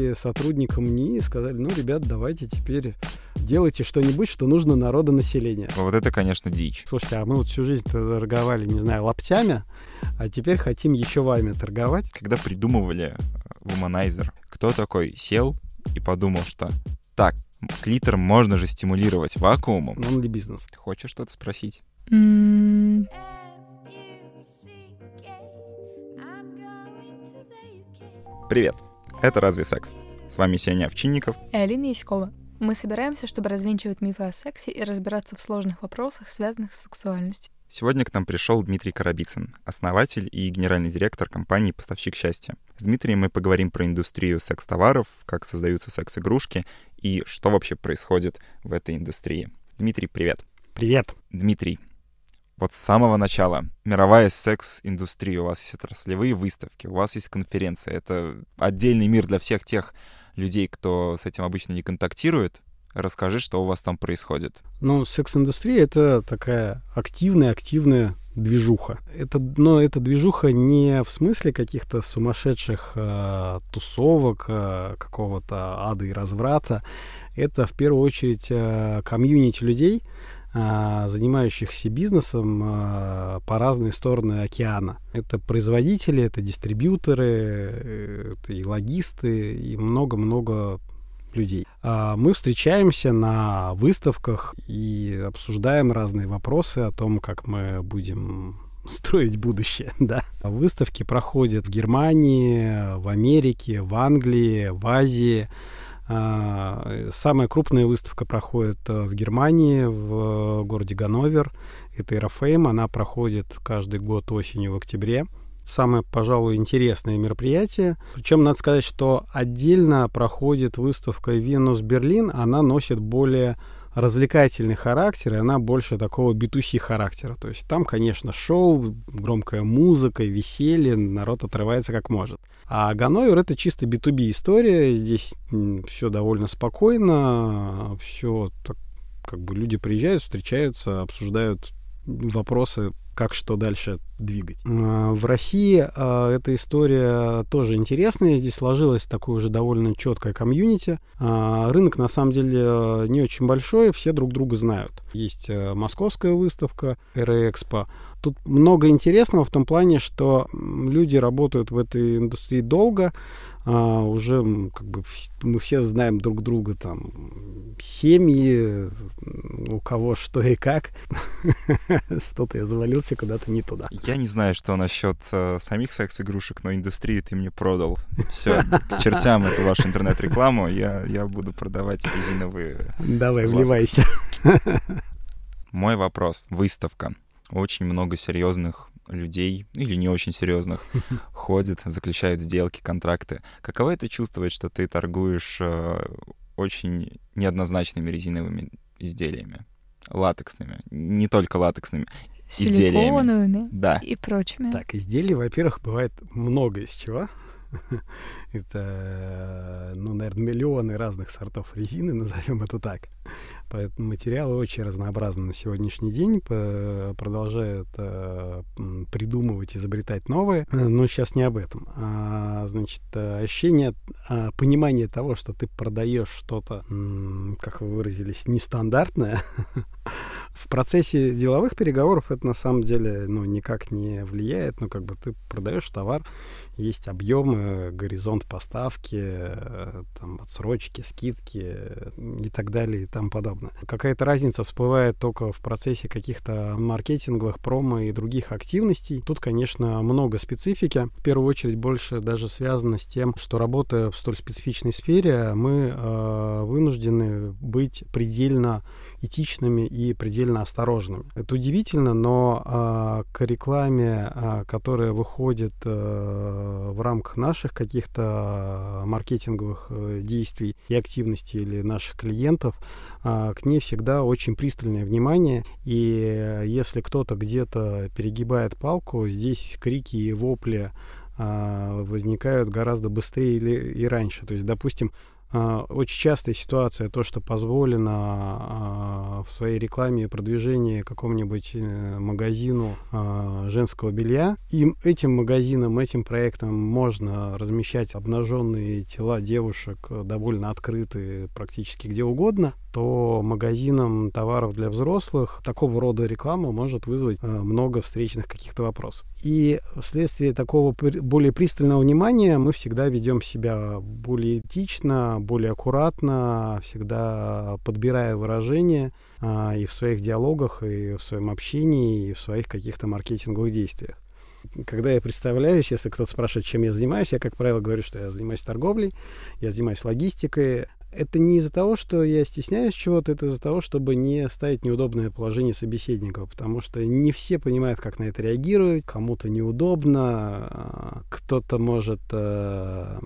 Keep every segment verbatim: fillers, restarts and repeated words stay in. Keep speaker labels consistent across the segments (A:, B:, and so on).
A: пришли сотрудникам НИИ и сказали: ну, ребят, давайте теперь делайте что-нибудь, что нужно народонаселению.
B: Вот это, конечно, дичь.
A: Слушайте, а мы вот всю жизнь торговали, не знаю, лаптями, а теперь хотим еще вами торговать.
B: Когда придумывали Womanizer, кто такой сел и подумал, что так, клитор можно же стимулировать вакуумом?
A: Он ли бизнес?
B: Ты хочешь что-то спросить?
C: Mm.
B: Привет, это «Разве секс?». С вами Сеня Овчинников
C: и Алина Яськова. Мы собираемся, чтобы развенчивать мифы о сексе и разбираться в сложных вопросах, связанных с сексуальностью.
B: Сегодня к нам пришел Дмитрий Коробицын, основатель и генеральный директор компании «Поставщик счастья». С Дмитрием мы поговорим про индустрию секс-товаров, как создаются секс-игрушки и что вообще происходит в этой индустрии. Дмитрий, привет.
A: Привет.
B: Дмитрий, вот с самого начала мировая секс-индустрия, у вас есть отраслевые выставки, у вас есть конференции. Это отдельный мир для всех тех людей, кто с этим обычно не контактирует. Расскажи, что у вас там происходит.
A: Ну, секс-индустрия — это такая активная-активная движуха. Это, но эта движуха не в смысле каких-то сумасшедших э, тусовок, э, какого-то ада и разврата. Это в первую очередь э, комьюнити людей, э, занимающихся бизнесом э, по разные стороны океана. Это производители, это дистрибьюторы, э, это и логисты, и много-много людей. Мы встречаемся на выставках и обсуждаем разные вопросы о том, как мы будем строить будущее. Да. Выставки проходят в Германии, в Америке, в Англии, в Азии. Самая крупная выставка проходит в Германии, в городе Ганновер. Это Эрофейм. Она проходит каждый год осенью в октябре. Самое, пожалуй, интересное мероприятие. Причем надо сказать, что отдельно проходит выставка Венус Берлин. Она носит более развлекательный характер, и она больше такого би ту си характера. То есть там, конечно, шоу, громкая музыка, веселье, народ отрывается как может. А Ганновер — это чисто би ту би история. Здесь все довольно спокойно, все так, как бы люди приезжают, встречаются, обсуждают вопросы, как что дальше двигать. В России эта история тоже интересная. Здесь сложилось такое уже довольно четкое комьюнити. Рынок, на самом деле, не очень большой, все друг друга знают. Есть московская выставка Эроэкспо. Тут много интересного в том плане, что люди работают в этой индустрии долго. А, уже как бы мы все знаем друг друга, там, семьи, у кого что и как. Что-то я завалился куда-то не туда.
B: Я не знаю, что насчет э, самих секс-игрушек, но индустрию ты мне продал. Все, к чертям эту вашу интернет-рекламу. Я, я буду продавать резиновые...
A: Давай, вливайся.
B: Мой вопрос. Выставка. Очень много серьезных людей, или не очень серьезных, ходят, заключают сделки, контракты. Каково это чувствовать, что ты торгуешь э, очень неоднозначными резиновыми изделиями? Латексными. Не только латексными.
C: Силиконовыми,
B: да,
C: и прочими.
A: Так, изделий, во-первых, бывает много из чего. Это, ну, наверное, миллионы разных сортов резины, назовем это так. Поэтому материалы очень разнообразны на сегодняшний день, продолжают э, придумывать, изобретать новые, но сейчас не об этом. А, значит, ощущение, а, понимание того, что ты продаешь что-то, м, как вы выразились, нестандартное, в процессе деловых переговоров это на самом деле, ну, никак не влияет, но как бы ты продаешь товар, есть объемы, горизонт поставки, там, отсрочки, скидки и так далее и тому подобное. Какая-то разница всплывает только в процессе каких-то маркетинговых, промо и других активностей. Тут, конечно, много специфики. В первую очередь больше даже связано с тем, что, работая в столь специфичной сфере, мы э, вынуждены быть предельно этичными и предельно осторожными. Это удивительно, но э, к рекламе, э, которая выходит э, в рамках наших каких-то маркетинговых э, действий и активностей или наших клиентов, э, к ней всегда очень пристальное внимание. И э, если кто-то где-то перегибает палку, здесь крики и вопли э, возникают гораздо быстрее или, и раньше. То есть, допустим, Очень частая ситуация, то, что позволено в своей рекламе и продвижении какому-нибудь магазину женского белья. И этим магазинам, этим проектам можно размещать обнаженные тела девушек довольно открытые практически где угодно, то магазинам товаров для взрослых такого рода реклама может вызвать много встречных каких-то вопросов. И вследствие такого более пристального внимания мы всегда ведем себя более этично, более аккуратно, всегда подбирая выражения а, и в своих диалогах, и в своем общении, и в своих каких-то маркетинговых действиях. Когда я представляюсь, если кто-то спрашивает, чем я занимаюсь, я, как правило, говорю, что я занимаюсь торговлей, я занимаюсь логистикой. Это не из-за того, что я стесняюсь чего-то, это из-за того, чтобы не ставить неудобное положение собеседника, потому что не все понимают, как на это реагировать, кому-то неудобно, кто-то может э,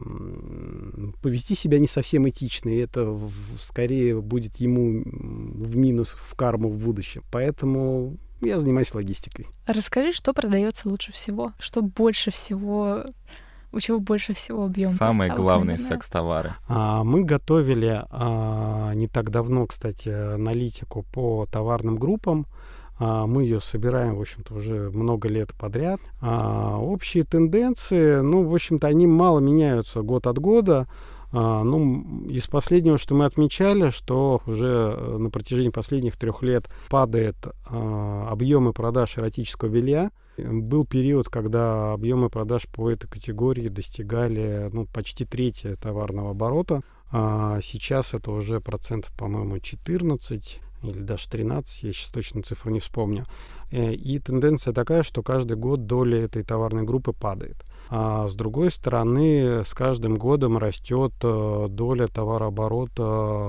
A: повести себя не совсем этично, и это в, скорее будет ему в минус, в карму в будущем. Поэтому я занимаюсь логистикой.
C: Расскажи, что продается лучше всего, что больше всего... У чего больше всего объем?
B: Самые главные секс-товары.
A: А, мы готовили а, не так давно, кстати, аналитику по товарным группам. А, мы ее собираем, в общем-то, уже много лет подряд. А, общие тенденции, ну, в общем-то, они мало меняются год от года. А, ну, из последнего, что мы отмечали, что уже на протяжении последних трех лет падает а, объемы продаж эротического белья. Был период, когда объемы продаж по этой категории достигали ну, почти трети товарного оборота. А сейчас это уже процентов, по-моему, четырнадцать или даже тринадцать, я сейчас точно цифру не вспомню. И тенденция такая, что каждый год доля этой товарной группы падает. А с другой стороны, с каждым годом растет доля товарооборота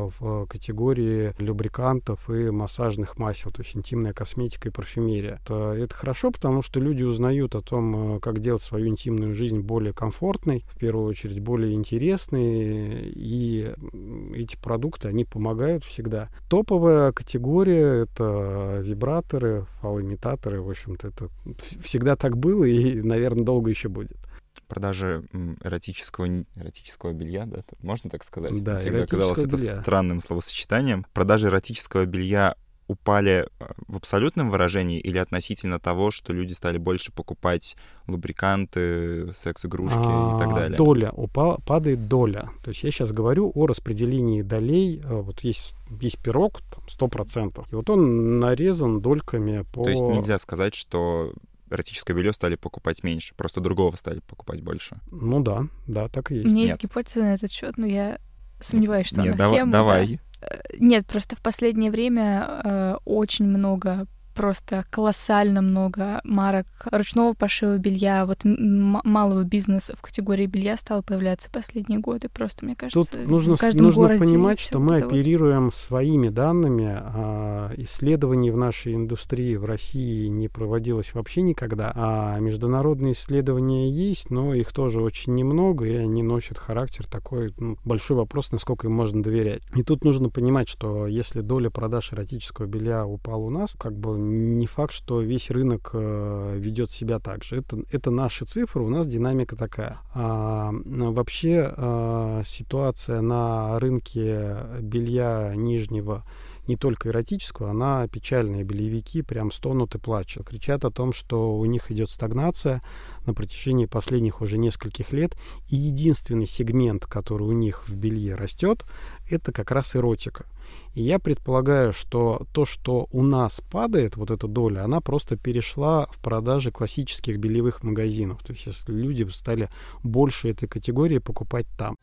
A: в категории любрикантов и массажных масел, то есть интимная косметика и парфюмерия. Это, это хорошо, потому что люди узнают о том, как делать свою интимную жизнь более комфортной, в первую очередь более интересной, и эти продукты, они помогают всегда. Топовая категория — это вибраторы, фалоимитаторы, в общем-то, это всегда так было и, наверное, долго еще будет.
B: Продажи эротического, эротического белья, да, можно так сказать?
A: Да,
B: всегда казалось это странным словосочетанием. Продажи эротического белья упали в абсолютном выражении или относительно того, что люди стали больше покупать лубриканты, секс-игрушки а, и так далее?
A: Доля, упала, падает доля. То есть я сейчас говорю о распределении долей. Вот есть, есть пирог, там, сто процентов, и вот он нарезан дольками по...
B: То есть нельзя сказать, что эротическое белье стали покупать меньше, просто другого стали покупать больше?
A: Ну да, да, так и есть.
C: У меня
B: Нет.
C: есть гипотеза на этот счет, но я сомневаюсь, что
B: Нет,
C: она
B: давай,
C: в тему.
B: давай.
C: Да. Нет, просто в последнее время э, очень много, просто колоссально много марок ручного пошива белья, вот м- малого бизнеса в категории белья стало появляться в последние годы. Просто, мне кажется,
A: Тут нужно,
C: в каждом
A: нужно
C: городе
A: понимать, что мы
C: вот
A: оперируем своими данными. А исследований в нашей индустрии в России не проводилось вообще никогда. А международные исследования есть, но их тоже очень немного, и они носят характер такой, ну, большой вопрос, насколько им можно доверять. И тут нужно понимать, что если доля продаж эротического белья упала у нас, как бы не факт, что весь рынок э, ведет себя так же. Это, это наши цифры, у нас динамика такая. А, вообще а, ситуация на рынке белья нижнего, не только эротического, она печальная. Бельевики прям стонут и плачут. Кричат о том, что у них идет стагнация на протяжении последних уже нескольких лет. И единственный сегмент, который у них в белье растет, это как раз эротика. И я предполагаю, что то, что у нас падает, вот эта доля, она просто перешла в продажи классических бельевых магазинов. То есть если люди стали больше этой категории покупать там.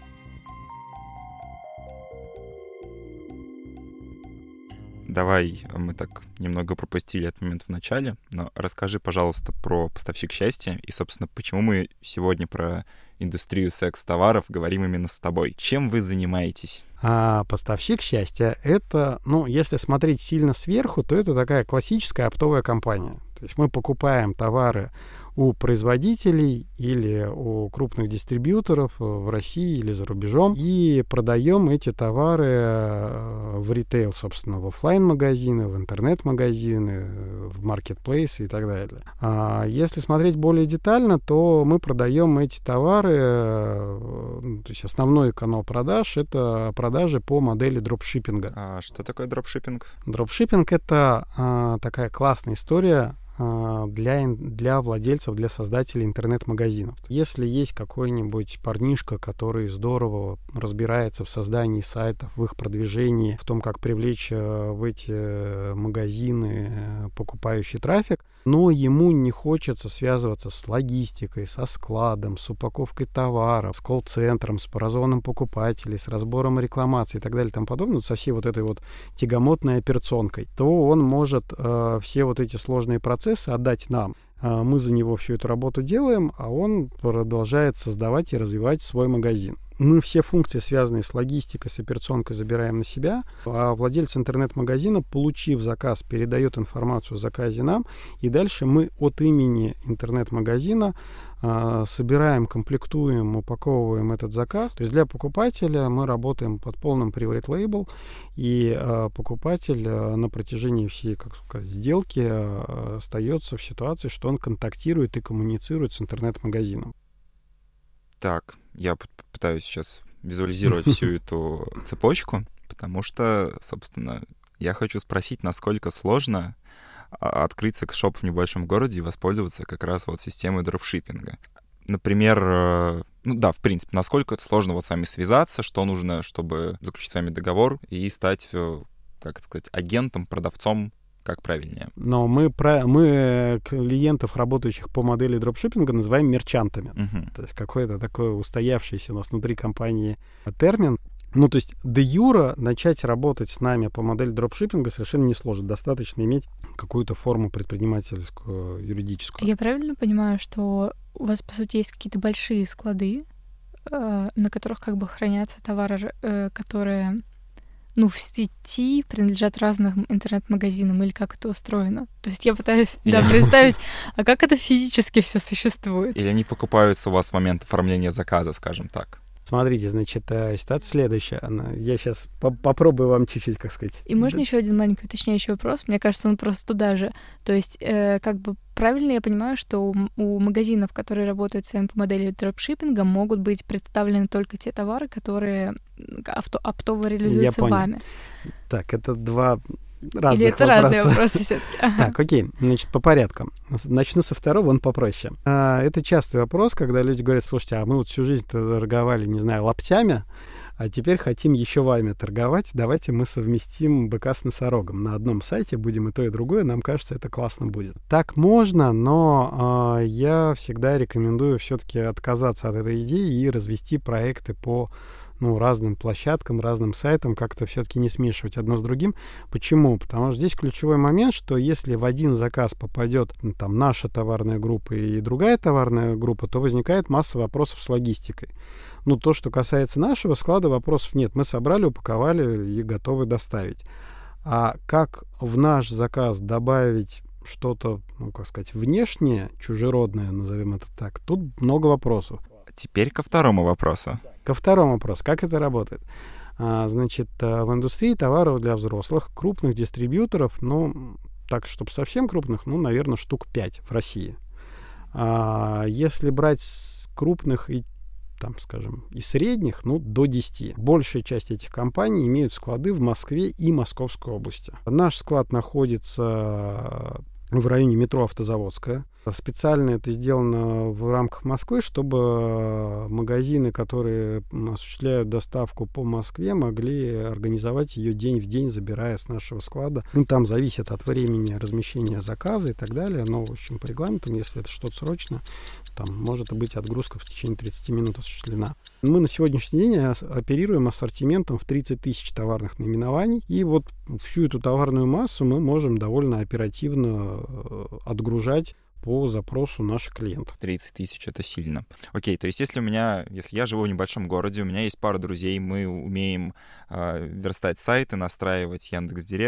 B: Давай, мы так немного пропустили этот момент в начале, но расскажи, пожалуйста, про поставщик счастья и, собственно, почему мы сегодня про индустрию секс-товаров говорим именно с тобой. Чем вы занимаетесь?
A: А поставщик счастья — это, ну, если смотреть сильно сверху, то это такая классическая оптовая компания. То есть мы покупаем товары у производителей или у крупных дистрибьюторов в России или за рубежом и продаем эти товары в ритейл, собственно, в офлайн-магазины, в интернет-магазины, в маркетплейсы и так далее. А если смотреть более детально, то мы продаем эти товары, то есть основной канал продаж — это продажи по модели дропшиппинга.
B: А что такое дропшиппинг?
A: Дропшиппинг — это а, такая классная история для, для владельцев, для создателей интернет-магазинов. Если есть какой-нибудь парнишка, который здорово разбирается в создании сайтов, в их продвижении, в том, как привлечь в эти магазины покупающий трафик, но ему не хочется связываться с логистикой, со складом, с упаковкой товаров, с колл-центром, с прозвоном покупателей, с разбором рекламации и так далее и тому подобное, со всей вот этой вот тягомотной операционкой, то он может э, все вот эти сложные процессы отдать нам. Мы за него всю эту работу делаем, а он продолжает создавать и развивать свой магазин. Мы все функции, связанные с логистикой, с операционкой, забираем на себя, а владелец интернет-магазина, получив заказ, передает информацию о заказе нам, и дальше мы от имени интернет-магазина а, собираем, комплектуем, упаковываем этот заказ. То есть для покупателя мы работаем под полным private label, и а, покупатель а, на протяжении всей, как сказать, сделки а, остается в ситуации, что он контактирует и коммуницирует с интернет-магазином.
B: Так, я пытаюсь сейчас визуализировать всю эту цепочку, потому что, собственно, я хочу спросить, насколько сложно открыть секс-шоп в небольшом городе и воспользоваться как раз вот системой дропшиппинга. Например, ну да, в принципе, насколько это сложно вот с вами связаться, что нужно, чтобы заключить с вами договор и стать, как это сказать, агентом, продавцом, как правильнее.
A: Но мы, про, мы клиентов, работающих по модели дропшиппинга, называем мерчантами. Uh-huh. То есть какой-то такой устоявшийся у нас внутри компании термин. Ну, то есть де юра начать работать с нами по модели дропшиппинга совершенно несложно. Достаточно иметь какую-то форму предпринимательскую, юридическую.
C: Я правильно понимаю, что у вас, по сути, есть какие-то большие склады, э, на которых как бы хранятся товары, э, которые... ну, в сети принадлежат разным интернет-магазинам, или как это устроено? То есть я пытаюсь, да, представить, а как это физически все существует?
B: Или они покупаются у вас в момент оформления заказа, скажем так?
A: Смотрите, значит, ситуация следующая. Я сейчас по- попробую вам чуть-чуть, как сказать.
C: И можно да. еще один маленький уточняющий вопрос? Мне кажется, он просто туда же. То есть, э, как бы правильно я понимаю, что у, у магазинов, которые работают с вами по модели дропшиппинга, могут быть представлены только те товары, которые авто, оптово реализуются вами?
A: Так, это два... разных
C: Или это
A: вопросов.
C: Разные вопросы все-таки.
A: Так, окей, значит, по порядку. Начну со второго, он попроще. А, это частый вопрос, когда люди говорят: слушайте, а мы вот всю жизнь торговали, не знаю, лаптями, а теперь хотим еще вами торговать, давайте мы совместим быка с носорогом. На одном сайте будем и то, и другое, нам кажется, это классно будет. Так можно, но а, я всегда рекомендую все-таки отказаться от этой идеи и развести проекты по ну, разным площадкам, разным сайтам, как-то все-таки не смешивать одно с другим. Почему? Потому что здесь ключевой момент, что если в один заказ попадет ну, там наша товарная группа и другая товарная группа, то возникает масса вопросов с логистикой. Ну, то, что касается нашего склада, вопросов нет. Мы собрали, упаковали и готовы доставить. А как в наш заказ добавить что-то, ну, как сказать, внешнее, чужеродное, назовем это так, тут много вопросов.
B: Теперь ко второму вопросу.
A: Ко второму вопросу. Как это работает? А, значит, в индустрии товаров для взрослых крупных дистрибьюторов, ну, так, чтобы совсем крупных, ну, наверное, штук пять в России. А, если брать крупных и, там, скажем, и средних, ну, до десяти. Большая часть этих компаний имеют склады в Москве и Московской области. Наш склад находится в районе метро Автозаводская. Специально это сделано в рамках Москвы, чтобы магазины, которые осуществляют доставку по Москве, могли организовать ее день в день, забирая с нашего склада. Ну, там зависит от времени размещения заказа и так далее. Но, в общем, по регламенту, если это что-то срочно, там может быть отгрузка в течение тридцати минут осуществлена. Мы на сегодняшний день оперируем ассортиментом в тридцать тысяч товарных наименований. И вот всю эту товарную массу мы можем довольно оперативно отгружать по запросу наших клиентов.
B: тридцать тысяч — это сильно. Окей, то есть если у меня, если я живу в небольшом городе, у меня есть пара друзей, мы умеем э, верстать сайты, настраивать Яндекс.Директ,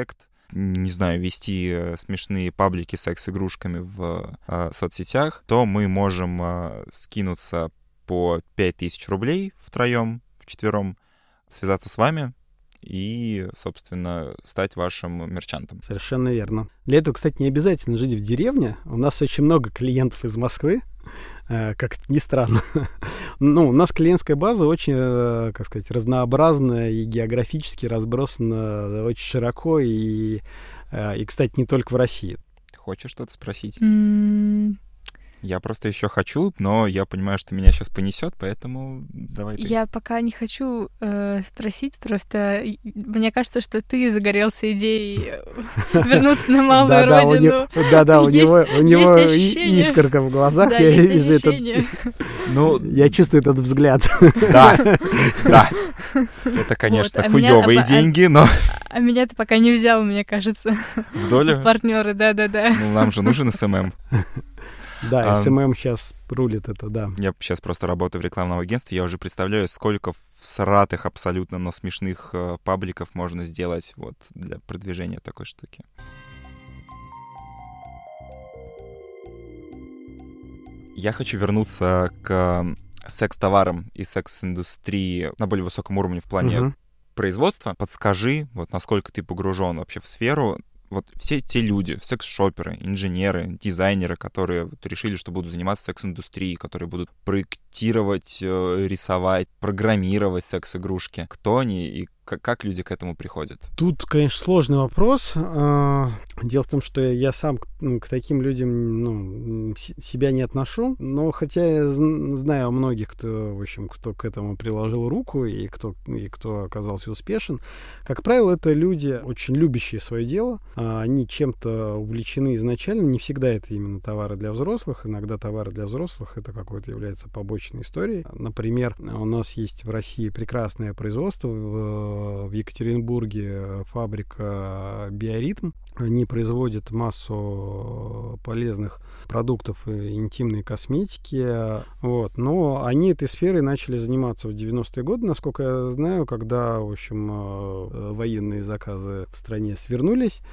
B: не знаю, вести смешные паблики с секс-игрушками в э, соцсетях, то мы можем э, скинуться по пять тысяч рублей втроем, вчетвером, связаться с вами и, собственно, стать вашим мерчантом.
A: Совершенно верно. Для этого, кстати, не обязательно жить в деревне. У нас очень много клиентов из Москвы, как ни странно. Ну, у нас клиентская база очень, как сказать, разнообразная и географически разбросана очень широко и, и, кстати, не только в России.
B: Ты хочешь что-то спросить?
C: Mm.
B: Я просто еще хочу, но я понимаю, что меня сейчас понесет, поэтому давай ты.
C: Я пока не хочу э, спросить, просто мне кажется, что ты загорелся идеей вернуться на малую родину.
A: Да-да, у него искорка в глазах.
C: Да, есть ощущение.
A: Я чувствую этот взгляд.
B: Да, да. Это, конечно, хуёвые деньги, но...
C: А меня ты пока не взял, мне кажется.
B: В долю?
C: В партнеры, да-да-да.
B: Ну, нам же нужен эс эм эм.
A: Да, эс эм эм сейчас рулит это, да.
B: Я сейчас просто работаю в рекламном агентстве, я уже представляю, сколько всратых абсолютно, но смешных э, пабликов можно сделать вот для продвижения такой штуки. Я хочу вернуться к секс-товарам и секс-индустрии на более высоком уровне в плане uh-huh. производства. Подскажи, вот насколько ты погружен вообще в сферу. Вот все те люди, секс-шоперы, инженеры, дизайнеры, которые вот решили, что будут заниматься секс-индустрией, которые будут проектировать, рисовать, программировать секс-игрушки. Кто они и как, как люди к этому приходят?
A: Тут, конечно, сложный вопрос. Дело в том, что я сам к, к таким людям ну, себя не отношу, но хотя я знаю о многих, кто, в общем, кто к этому приложил руку и кто, и кто оказался успешен. Как правило, это люди, очень любящие свое дело. Они чем-то увлечены изначально. Не всегда это именно товары для взрослых. Иногда товары для взрослых это какой-то является побочной историей. Например, у нас есть в России прекрасное производство в в Екатеринбурге, фабрика «Биоритм». Они производят массу полезных продуктов интимной косметики. Вот. Но они этой сферой начали заниматься в девяностые годы, насколько я знаю, когда, в общем, военные заказы в стране свернулись,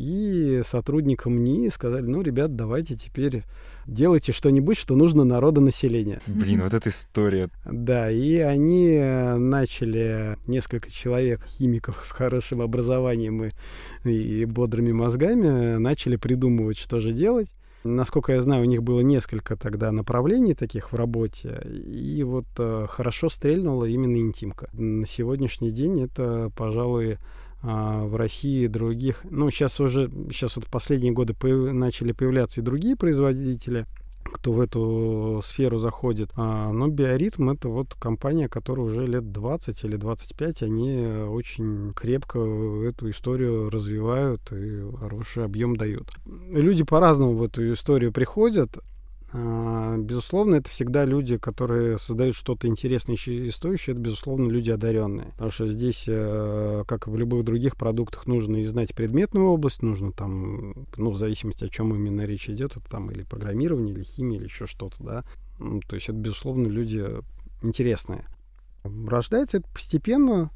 A: и сотрудникам НИИ сказали, ну, ребят, давайте теперь делайте что-нибудь, что нужно народонаселению.
B: Блин, вот эта история.
A: Да, и они начали, несколько человек, химиков с хорошим образованием и, и бодрыми мозгами, начали придумывать, что же делать. Насколько я знаю, у них было несколько тогда направлений таких в работе, и вот э, хорошо стрельнула именно интимка. На сегодняшний день это, пожалуй, в России других... Ну, сейчас уже... Сейчас вот в последние годы появ... начали появляться и другие производители, кто в эту сферу заходит. А, но «Биоритм» — это вот компания, которая уже лет двадцать или двадцать пять, они очень крепко эту историю развивают и хороший объем дают. Люди по-разному в эту историю приходят. Безусловно, это всегда люди, которые создают что-то интересное и стоящее, это, безусловно, люди одаренные. Потому что здесь, как и в любых других продуктах, нужно и знать предметную область, нужно там, ну, в зависимости, о чем именно речь идет, это там или программирование, или химия, или еще что-то, да. Ну, то есть это, безусловно, люди интересные. Рождается это постепенно.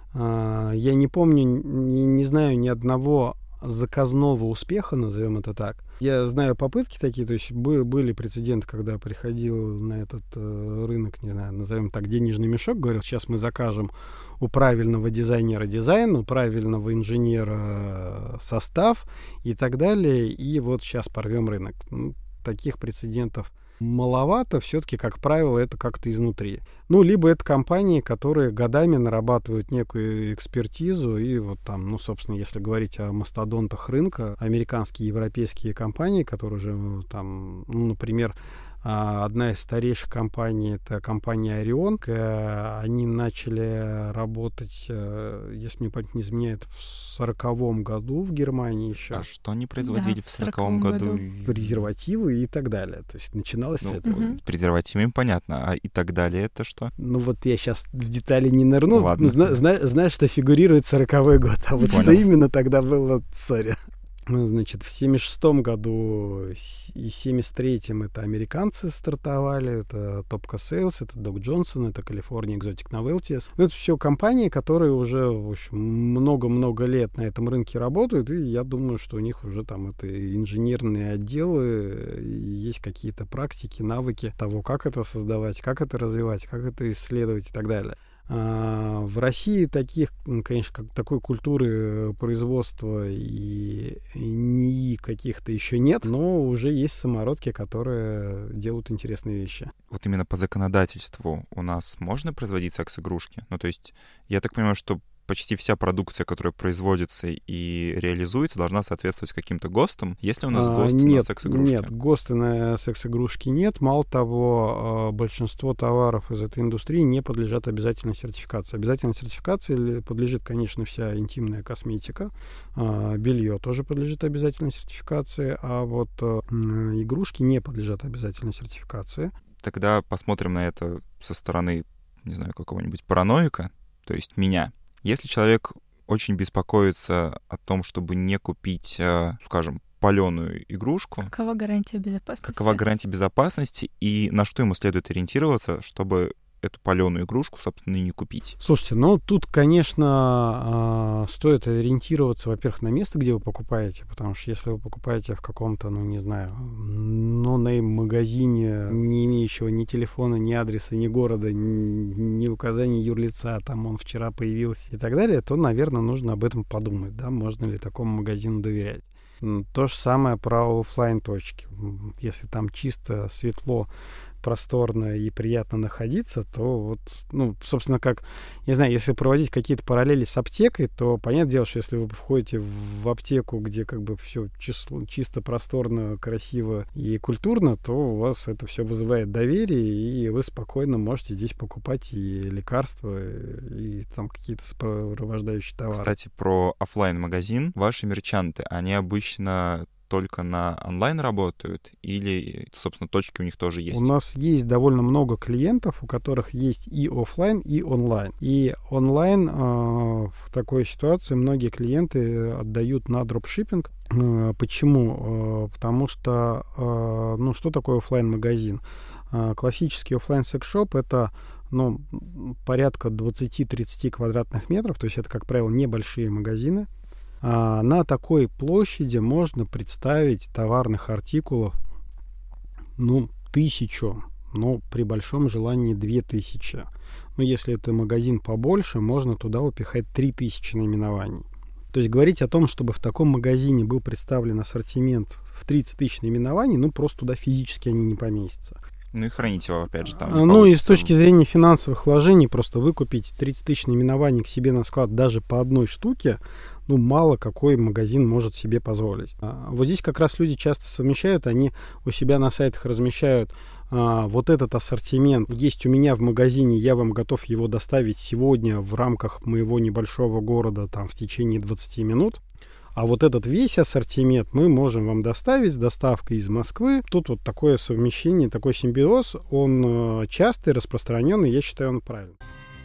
A: Я не помню, не, не знаю ни одного заказного успеха, назовем это так. Я знаю попытки такие, то есть были прецеденты, когда приходил на этот э, рынок, не знаю, назовем так, денежный мешок, говорил, сейчас мы закажем у правильного дизайнера дизайн, у правильного инженера состав и так далее, и вот сейчас порвем рынок. Ну, таких прецедентов маловато, все-таки, как правило, это как-то изнутри. Ну, либо это компании, которые годами нарабатывают некую экспертизу, и вот там, ну, собственно, если говорить о мастодонтах рынка, американские и европейские компании, которые уже там, ну, например, одна из старейших компаний, это компания Orion. Они начали работать, если мне память не изменяет, в сороковом году в Германии еще.
B: А что они производили да, в сороковом году? году?
A: Презервативы и так далее. То есть начиналось
B: ну,
A: с этого.
B: Угу. Презервативами понятно, а и так далее это что?
A: Ну вот я сейчас в детали не нырну.
B: Ладно.
A: Зна- зна- знаешь, что фигурирует сороковой год, а вот Понял. Что именно тогда было, сори. Значит, в семьдесят шестом году и семьдесят третьем это американцы стартовали, это Topco Sales, это Doc Johnson, это California Exotic Novelties. Это все компании, которые уже, в общем, много-много лет на этом рынке работают, и я думаю, что у них уже там это инженерные отделы, и есть какие-то практики, навыки того, как это создавать, как это развивать, как это исследовать и так далее. В России таких, конечно, как такой культуры производства и НИИ каких-то еще нет, но уже есть самородки, которые делают интересные вещи.
B: Вот именно по законодательству у нас можно производить секс-игрушки? Ну, то есть, я так понимаю, что почти вся продукция, которая производится и реализуется, должна соответствовать каким-то ГОСТам. Есть ли у нас ГОСТы
A: нет,
B: на секс-игрушки?
A: Нет, ГОСТы на секс-игрушки нет. Мало того, большинство товаров из этой индустрии не подлежат обязательной сертификации. Обязательной сертификации подлежит, конечно, вся интимная косметика. Белье тоже подлежит обязательной сертификации, а вот игрушки не подлежат обязательной сертификации.
B: Тогда посмотрим на это со стороны, не знаю, какого-нибудь параноика, то есть меня. Если человек очень беспокоится о том, чтобы не купить, скажем, паленую игрушку...
C: Какова гарантия безопасности?
B: Какова гарантия безопасности и на что ему следует ориентироваться, чтобы эту паленую игрушку, собственно, и не купить?
A: Слушайте, ну тут, конечно, стоит ориентироваться, во-первых, на место, где вы покупаете, потому что если вы покупаете в каком-то, ну, не знаю, нонейм-магазине, не имеющего ни телефона, ни адреса, ни города, ни указания юрлица, там он вчера появился и так далее, то, наверное, нужно об этом подумать, да, можно ли такому магазину доверять. То же самое про офлайн точки. Если там чисто, светло, просторно и приятно находиться, то вот, ну, собственно, как, не знаю, если проводить какие-то параллели с аптекой, то понятное дело, что если вы входите в аптеку, где как бы все число, чисто, просторно, красиво и культурно, то у вас это все вызывает доверие, и вы спокойно можете здесь покупать и лекарства, и, и там какие-то сопровождающие товары.
B: Кстати, про офлайн-магазин. Ваши мерчанты, они обычно только на онлайн работают или, собственно, точки у них тоже есть?
A: У нас есть довольно много клиентов, у которых есть и офлайн, и онлайн. И онлайн э, в такой ситуации многие клиенты отдают на дропшиппинг. Э, почему? Э, потому что, э, ну, что такое офлайн-магазин? Э, классический офлайн секс-шоп — это, ну, порядка двадцать-тридцать квадратных метров, то есть это, как правило, небольшие магазины. А на такой площади можно представить товарных артикулов, ну, тысячу, но при большом желании две тысячи. Но если это магазин побольше, можно туда упихать три тысячи наименований. То есть говорить о том, чтобы в таком магазине был представлен ассортимент в тридцать тысяч наименований, ну, просто туда физически они не поместятся.
B: Ну и хранить его, опять же, там
A: не Ну и с точки зрения финансовых вложений, просто выкупить тридцать тысяч наименований к себе на склад даже по одной штуке, ну, мало какой магазин может себе позволить. А вот здесь как раз люди часто совмещают, они у себя на сайтах размещают а, вот этот ассортимент есть у меня в магазине, я вам готов его доставить сегодня в рамках моего небольшого города там в течение двадцати минут. А вот этот весь ассортимент мы можем вам доставить с доставкой из Москвы. Тут вот такое совмещение, такой симбиоз, он частый, распространенный, я считаю, он правильный.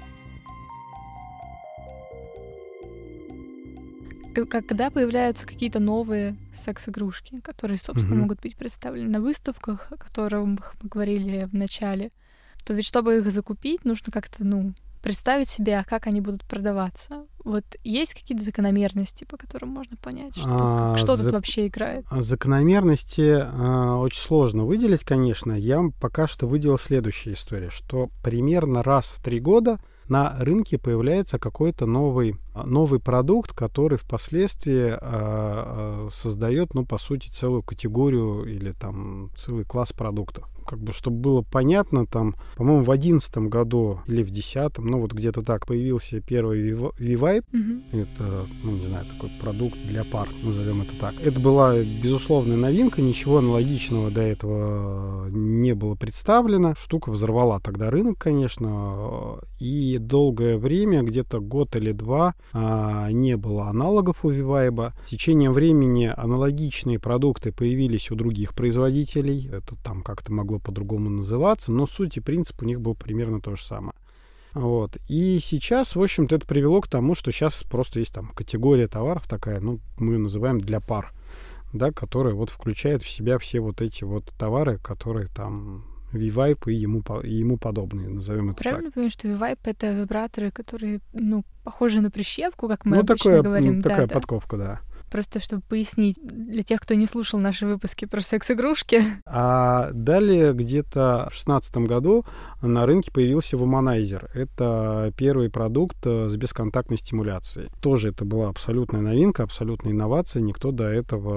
C: Когда появляются какие-то новые секс-игрушки, которые, собственно, mm-hmm. могут быть представлены на выставках, о которых мы говорили в начале, то ведь чтобы их закупить, нужно как-то, ну, представить себе, как они будут продаваться. Вот есть какие-то закономерности, по которым можно понять, что, а, что за... тут вообще играет?
A: Закономерности а, очень сложно выделить, конечно. Я пока что выделил следующую историю, что примерно раз в три года на рынке появляется какой-то новый, новый продукт, который впоследствии а, создает, ну, по сути, целую категорию или там целый класс продуктов. Как бы, чтобы было понятно, там, по-моему, в одиннадцатом году или в десятом, ну, вот где-то так, появился первый V-Vibe. Mm-hmm. Это, ну, не знаю, такой продукт для пар, назовем это так. Это была, безусловная новинка, ничего аналогичного до этого не было представлено. Штука взорвала тогда рынок, конечно, и долгое время, где-то год или два, не было аналогов у V-Vibe. С течением времени аналогичные продукты появились у других производителей. Это там как-то могло по-другому называться, но суть и принцип у них был примерно то же самое. Вот. И сейчас, в общем-то, это привело к тому, что сейчас просто есть там категория товаров такая, ну, мы ее называем для пар. да, которая вот включает в себя все вот эти вот товары, которые там V-Vibe и ему, и ему подобные, назовем это
C: Правильно
A: так.
C: понимаю, что V-Vibe — это вибраторы, которые, ну, похожи на прищепку, как мы
A: ну,
C: обычно
A: такое,
C: говорим.
A: ну, такая
C: да,
A: подковка, да.
C: Просто чтобы пояснить для тех, кто не слушал наши выпуски про секс-игрушки.
A: А далее где-то в шестнадцатом году на рынке появился Womanizer. Это первый продукт с бесконтактной стимуляцией. Тоже это была абсолютная новинка, абсолютная инновация. Никто до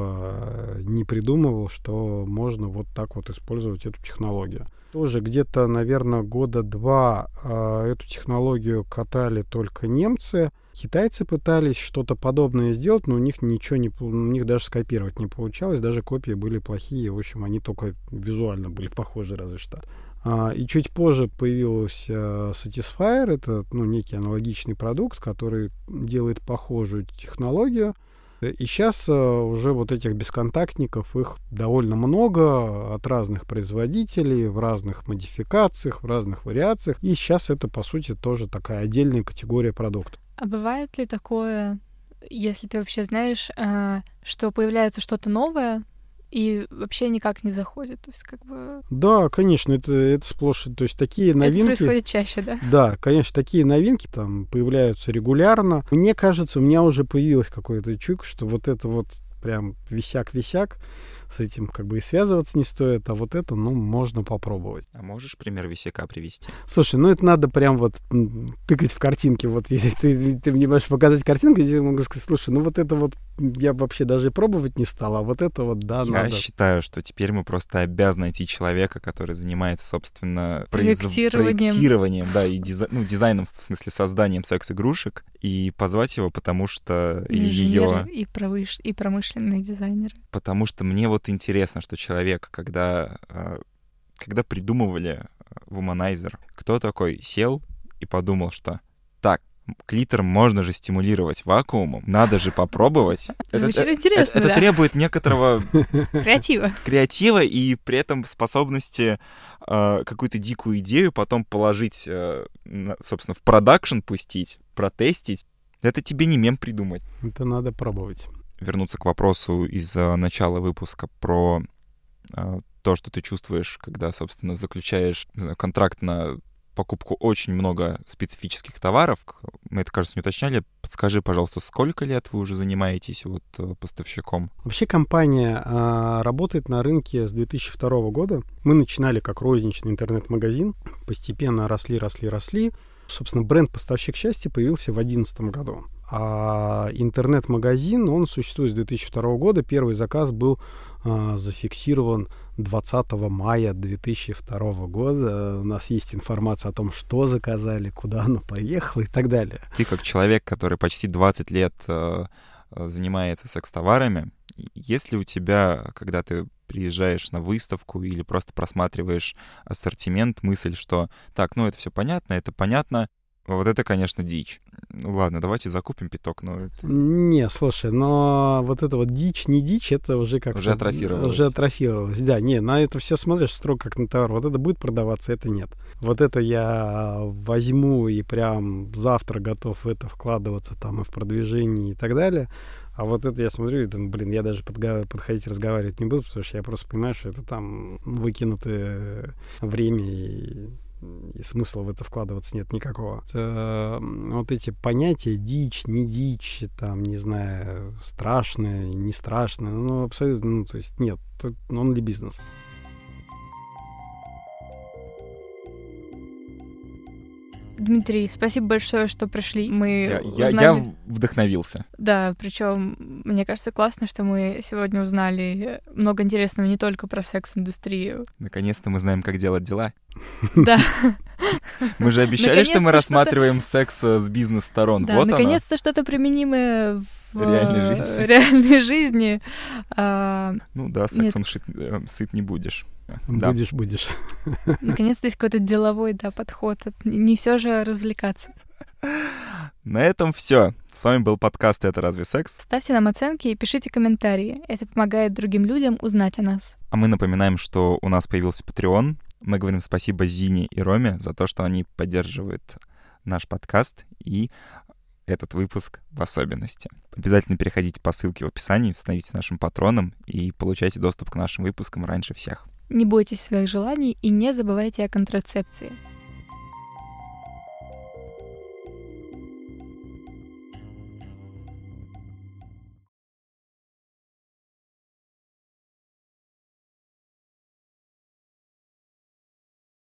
A: этого не придумывал, что можно вот так вот использовать эту технологию. Тоже где-то, наверное, года два э, эту технологию катали только немцы. Китайцы пытались что-то подобное сделать, но у них ничего не... У них даже скопировать не получалось, даже копии были плохие. В общем, они только визуально были похожи разве что. А, и чуть позже появился Satisfyer. Это, ну, некий аналогичный продукт, который делает похожую технологию. И сейчас уже вот этих бесконтактников, их довольно много от разных производителей, в разных модификациях, в разных вариациях. И сейчас это, по сути, тоже такая отдельная категория продуктов.
C: А бывает ли такое, если ты вообще знаешь, что появляется что-то новое и вообще никак не заходит? То есть как бы...
A: Да, конечно, это, это сплошь... То есть такие новинки...
C: Это происходит чаще, да?
A: Да, конечно, такие новинки там появляются регулярно. Мне кажется, у меня уже появилось какое-то чуйка, что вот это вот прям висяк-висяк, с этим как бы и связываться не стоит, а вот это, ну, можно попробовать.
B: А можешь пример висяка привести?
A: Слушай, ну это надо прям вот тыкать в картинки. Вот если ты, ты мне можешь показать картинку, здесь я могу сказать, слушай, ну вот это вот я вообще даже пробовать не стал, а вот это вот, да,
B: я
A: надо.
B: Я считаю, что теперь мы просто обязаны найти человека, который занимается, собственно,
C: проектированием,
B: проектированием да, и дизай... ну, дизайном, в смысле, созданием секс-игрушек, и позвать его, потому что... Или ее...
C: И, промыш... и промышленные дизайнеры.
B: Потому что мне вот интересно, что человек, когда, когда придумывали Womanizer, кто такой сел и подумал, что так, клитор можно же стимулировать вакуумом, надо же попробовать.
C: Звучит
B: это,
C: интересно,
B: это,
C: да.
B: Это требует некоторого...
C: Креатива.
B: Креатива и при этом способности э, какую-то дикую идею потом положить, э, собственно, в продакшн пустить, протестить. Это тебе не мем придумать.
A: Это надо пробовать.
B: Вернуться к вопросу из э, начала выпуска про э, то, что ты чувствуешь, когда, собственно, заключаешь не знаю, контракт на покупку очень много специфических товаров. Мы это, кажется, не уточняли. Подскажи, пожалуйста, сколько лет вы уже занимаетесь вот поставщиком?
A: Вообще компания а, работает на рынке с две тысячи второго года. Мы начинали как розничный интернет-магазин. Постепенно росли, росли, росли. Собственно, бренд-поставщик счастья появился в две тысячи одиннадцатом году. А интернет-магазин, он существует с две тысячи второго года. Первый заказ был а, зафиксирован двадцатого мая две тысячи второго года. У нас есть информация о том, что заказали, куда оно поехало и так далее.
B: Ты как человек, который почти двадцать лет э, занимается секс-товарами, есть ли у тебя, когда ты приезжаешь на выставку или просто просматриваешь ассортимент, мысль, что так, ну это все понятно, это понятно, вот это, конечно, дичь. Ну ладно, давайте закупим пяток, но... Это...
A: Не, слушай, но вот это вот дичь, не дичь, это уже как-то...
B: Уже атрофировалось.
A: Уже атрофировалось, да. Не, на это все смотришь строго как на товар. Вот это будет продаваться, это нет. Вот это я возьму и прям завтра готов в это вкладываться там и в продвижение и так далее. А вот это я смотрю, и там, блин, я даже подго- подходить разговаривать не буду, потому что я просто понимаю, что это там выкинутое время и... и смысла в это вкладываться нет никакого. Это, вот эти понятия дичь, не дичь, там, не знаю, страшное, не страшное, ну, абсолютно, ну, то есть нет, тут only бизнес.
C: Дмитрий, спасибо большое, что пришли. Мы
B: я,
C: узнали...
B: я, я вдохновился.
C: Да, причем мне кажется классно, что мы сегодня узнали много интересного не только про секс-индустрию.
B: Наконец-то мы знаем, как делать дела.
C: Да.
B: Мы же обещали, что мы рассматриваем секс с бизнес-сторон.
C: Да, наконец-то что-то применимое в
B: реальной жизни.
C: реальной жизни.
B: Ну да, сексом сыт не будешь.
A: Да. Будешь, будешь.
C: Наконец-то есть какой-то деловой, да, подход. Не все же развлекаться.
B: На этом все. С вами был подкаст «Это разве секс?».
C: Ставьте нам оценки и пишите комментарии. Это помогает другим людям узнать о нас.
B: А мы напоминаем, что у нас появился Patreon. Мы говорим спасибо Зине и Роме за то, что они поддерживают наш подкаст и этот выпуск в особенности. Обязательно переходите по ссылке в описании, становитесь нашим патроном и получайте доступ к нашим выпускам раньше всех.
C: Не бойтесь своих желаний и не забывайте о контрацепции.